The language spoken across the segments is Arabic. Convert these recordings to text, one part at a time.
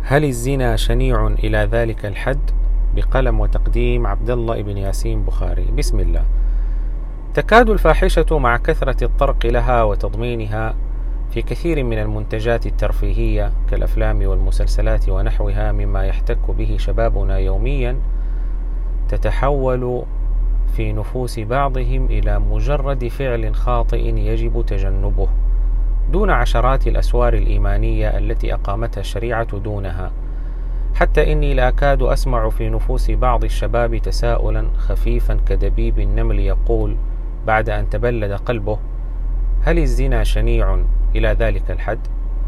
هل الزنا شنيع إلى ذلك الحد؟ بقلم وتقديم عبد الله بن ياسين بخاري. بسم الله. تكاد الفاحشة مع كثرة الطرق لها وتضمينها في كثير من المنتجات الترفيهية كالأفلام والمسلسلات ونحوها مما يحتك به شبابنا يوميا تتحول في نفوس بعضهم إلى مجرد فعل خاطئ يجب تجنبه دون عشرات الأسوار الإيمانية التي أقامتها الشريعة دونها، حتى إني لا أكاد أسمع في نفوس بعض الشباب تساؤلا خفيفا كدبيب النمل يقول بعد أن تبلد قلبه: هل الزنا شنيع إلى ذلك الحد؟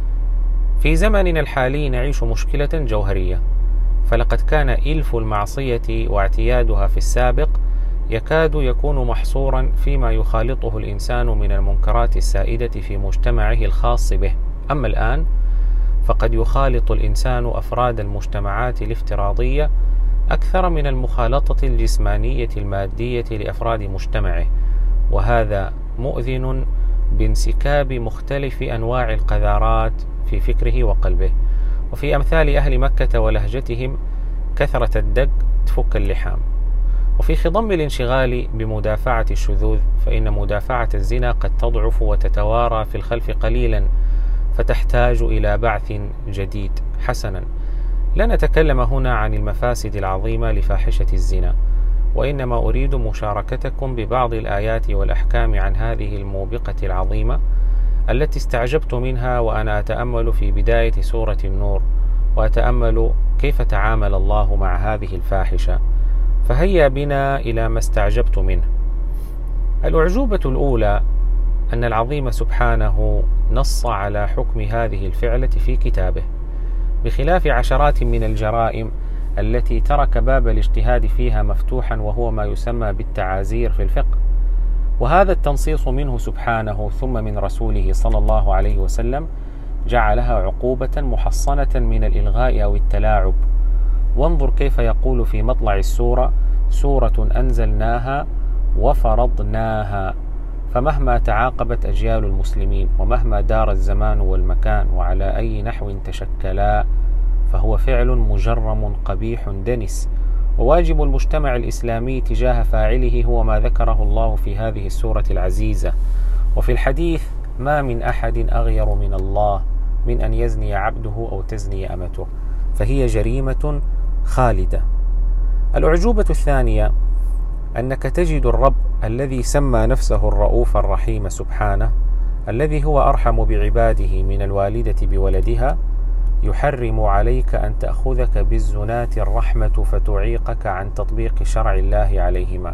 في زمننا الحالي نعيش مشكلة جوهرية، فلقد كان إلف المعصية واعتيادها في السابق يكاد يكون محصورا فيما يخالطه الإنسان من المنكرات السائدة في مجتمعه الخاص به. أما الآن فقد يخالط الإنسان أفراد المجتمعات الافتراضية أكثر من المخالطة الجسمانية المادية لأفراد مجتمعه، وهذا مؤذن بانسكاب مختلف أنواع القذارات في فكره وقلبه. وفي أمثال أهل مكة ولهجتهم كثرة الدق تفك اللحام. وفي خضم الانشغال بمدافعة الشذوذ فإن مدافعة الزنا قد تضعف وتتوارى في الخلف قليلا فتحتاج إلى بعث جديد. حسنا، لا نتكلم هنا عن المفاسد العظيمة لفاحشة الزنا، وإنما أريد مشاركتكم ببعض الآيات والأحكام عن هذه الموبقة العظيمة التي استعجبت منها وأنا أتأمل في بداية سورة النور، وأتأمل كيف تعامل الله مع هذه الفاحشة. فهيا بنا إلى ما استعجبت منه. الأعجوبة الأولى أن العظيم سبحانه نص على حكم هذه الفعلة في كتابه، بخلاف عشرات من الجرائم التي ترك باب الاجتهاد فيها مفتوحا، وهو ما يسمى بالتعازير في الفقه. وهذا التنصيص منه سبحانه ثم من رسوله صلى الله عليه وسلم جعلها عقوبة محصنة من الإلغاء أو التلاعب. وانظر كيف يقول في مطلع السورة: سورة أنزلناها وفرضناها. فمهما تعاقبت أجيال المسلمين ومهما دار الزمان والمكان وعلى أي نحو تشكلا فهو فعل مجرم قبيح دنس، وواجب المجتمع الإسلامي تجاه فاعله هو ما ذكره الله في هذه السورة العزيزة. وفي الحديث: ما من أحد أغير من الله من أن يزني عبده أو تزني أمته، فهي جريمة خالدة. الأعجوبة الثانية أنك تجد الرب الذي سمى نفسه الرؤوف الرحيم سبحانه، الذي هو أرحم بعباده من الوالدة بولدها، يحرم عليك أن تأخذك بالزنات الرحمة فتعيقك عن تطبيق شرع الله عليهما،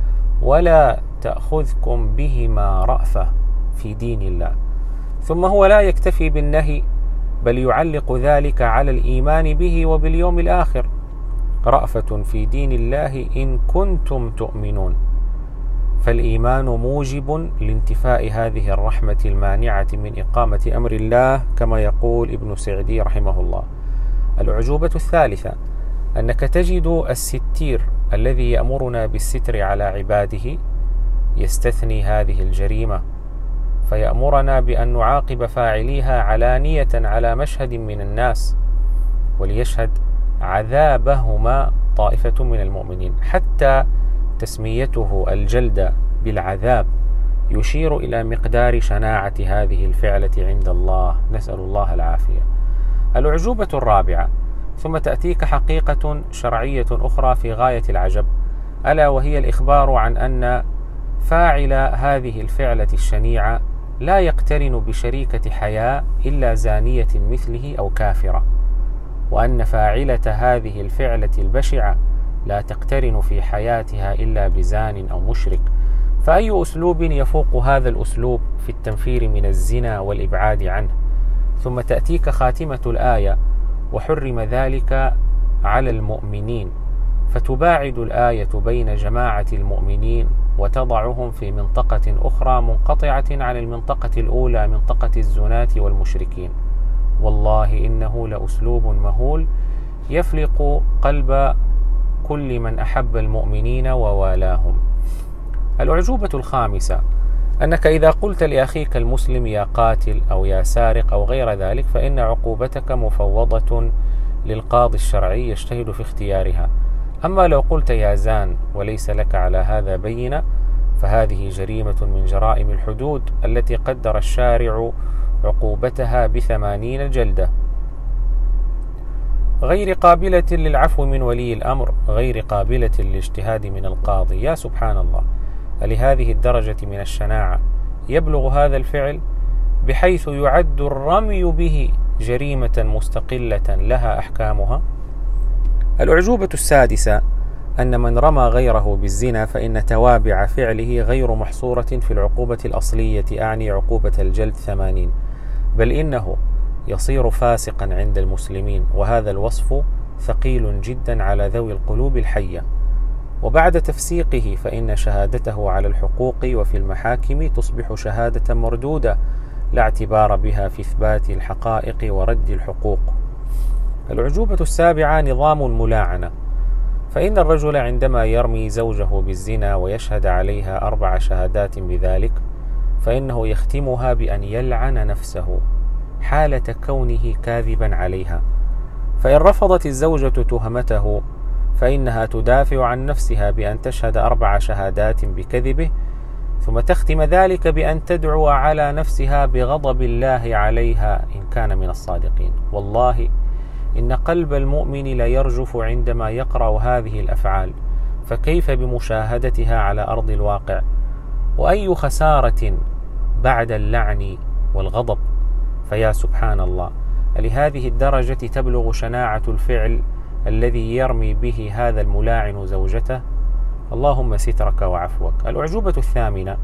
ولا تأخذكم بهما رأفة في دين الله. ثم هو لا يكتفي بالنهي، بل يعلق ذلك على الإيمان به وباليوم الآخر: رأفة في دين الله إن كنتم تؤمنون. فالإيمان موجب لانتفاء هذه الرحمة المانعة من إقامة أمر الله، كما يقول ابن سعدي رحمه الله. الأعجوبة الثالثة أنك تجد الستير الذي يأمرنا بالستر على عباده يستثني هذه الجريمة، فيأمرنا بأن نعاقب فاعليها علانية على مشهد من الناس، وليشهد عذابهما طائفة من المؤمنين. حتى تسميته الجلد بالعذاب يشير إلى مقدار شناعة هذه الفعلة عند الله، نسأل الله العافية. الأعجوبة الرابعة: ثم تأتيك حقيقة شرعية أخرى في غاية العجب، ألا وهي الإخبار عن أن فاعل هذه الفعلة الشنيعة لا يقترن بشريكة حياء إلا زانية مثله أو كافرة، وأن فاعلة هذه الفعلة البشعة لا تقترن في حياتها إلا بزان أو مشرك. فأي أسلوب يفوق هذا الأسلوب في التنفير من الزنا والإبعاد عنه؟ ثم تأتيك خاتمة الآية: وحرم ذلك على المؤمنين، فتباعد الآية بين جماعة المؤمنين وتضعهم في منطقة أخرى منقطعة عن المنطقة الأولى، منطقة الزناة والمشركين. والله إنه لأسلوب مهول يفلق قلب كل من أحب المؤمنين ووالاهم. الأعجوبة الخامسة أنك إذا قلت لأخيك المسلم يا قاتل أو يا سارق أو غير ذلك فإن عقوبتك مفوضة للقاضي الشرعي يجتهد في اختيارها. أما لو قلت يا زان وليس لك على هذا بينة فهذه جريمة من جرائم الحدود التي قدر الشارع عقوبتها ب80 جلدة، غير قابلة للعفو من ولي الأمر، غير قابلة للاجتهاد من القاضي. يا سبحان الله، لهذه الدرجة من الشناعة يبلغ هذا الفعل بحيث يعد الرمي به جريمة مستقلة لها أحكامها. الأعجوبة السادسة أن من رمى غيره بالزنا فإن توابع فعله غير محصورة في العقوبة الأصلية، أعني عقوبة الجلد 80، بل إنه يصير فاسقا عند المسلمين، وهذا الوصف ثقيل جدا على ذوي القلوب الحية. وبعد تفسيقه فإن شهادته على الحقوق وفي المحاكم تصبح شهادة مردودة لا اعتبار بها في إثبات الحقائق ورد الحقوق. الأعجوبة السابعة نظام الملاعنة، فإن الرجل عندما يرمي زوجه بالزنا ويشهد عليها 4 شهادات بذلك فإنه يختمها بأن يلعن نفسه حالة كونه كاذبا عليها، فإن رفضت الزوجة تهمته فإنها تدافع عن نفسها بأن تشهد 4 شهادات بكذبه، ثم تختم ذلك بأن تدعو على نفسها بغضب الله عليها إن كان من الصادقين. والله إن قلب المؤمن لا يرجف عندما يقرأ هذه الأفعال، فكيف بمشاهدتها على أرض الواقع؟ وأي خسارة بعد اللعن والغضب. فيا سبحان الله، لهذه الدرجة تبلغ شناعة الفعل الذي يرمي به هذا الملاعن زوجته. اللهم سترك وعفوك. الأعجوبة الثامنة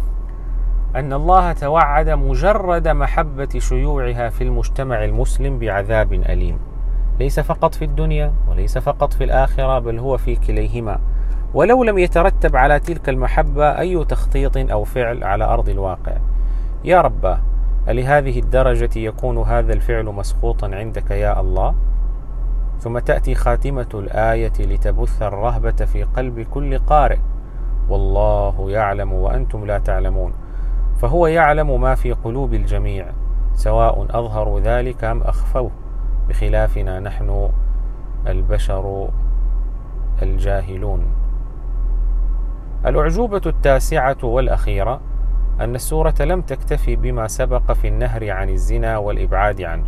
أن الله توعد مجرد محبة شيوعها في المجتمع المسلم بعذاب أليم، ليس فقط في الدنيا وليس فقط في الآخرة، بل هو في كليهما، ولو لم يترتب على تلك المحبة أي تخطيط أو فعل على أرض الواقع. يا رب، لهذه الدرجة يكون هذا الفعل مسخوطا عندك يا الله؟ ثم تأتي خاتمة الآية لتبث الرهبة في قلب كل قارئ: والله يعلم وأنتم لا تعلمون. فهو يعلم ما في قلوب الجميع، سواء أظهروا ذلك أم أخفوه، بخلافنا نحن البشر الجاهلون. الأعجوبة التاسعة والأخيرة أن السورة لم تكتفي بما سبق في النهر عن الزنا والإبعاد عنه،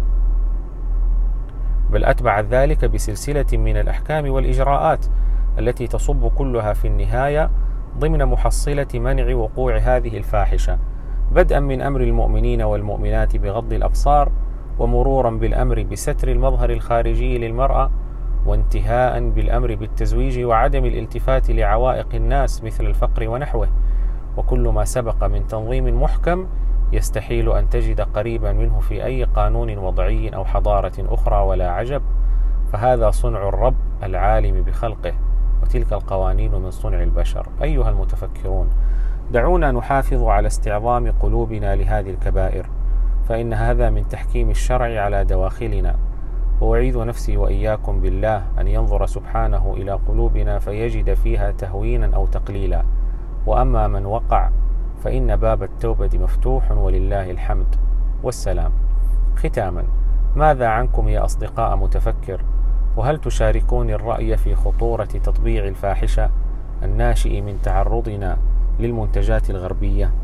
بل أتبعت ذلك بسلسلة من الأحكام والإجراءات التي تصب كلها في النهاية ضمن محصلة منع وقوع هذه الفاحشة، بدءا من أمر المؤمنين والمؤمنات بغض الأبصار، ومرورا بالأمر بستر المظهر الخارجي للمرأة، وانتهاء بالأمر بالتزويج وعدم الالتفات لعوائق الناس مثل الفقر ونحوه. وكل ما سبق من تنظيم محكم يستحيل أن تجد قريبا منه في أي قانون وضعي أو حضارة أخرى، ولا عجب، فهذا صنع الرب العالم بخلقه، وتلك القوانين من صنع البشر. أيها المتفكرون، دعونا نحافظ على استعظام قلوبنا لهذه الكبائر، فإن هذا من تحكيم الشرع على دواخلنا. وأعيذ نفسي وإياكم بالله أن ينظر سبحانه إلى قلوبنا فيجد فيها تهوينا أو تقليلا. وأما من وقع فإن باب التوبة مفتوح ولله الحمد والسلام. ختاما، ماذا عنكم يا أصدقاء متفكر؟ وهل تشاركون الرأي في خطورة تطبيع الفاحشة الناشئ من تعرضنا للمنتجات الغربية؟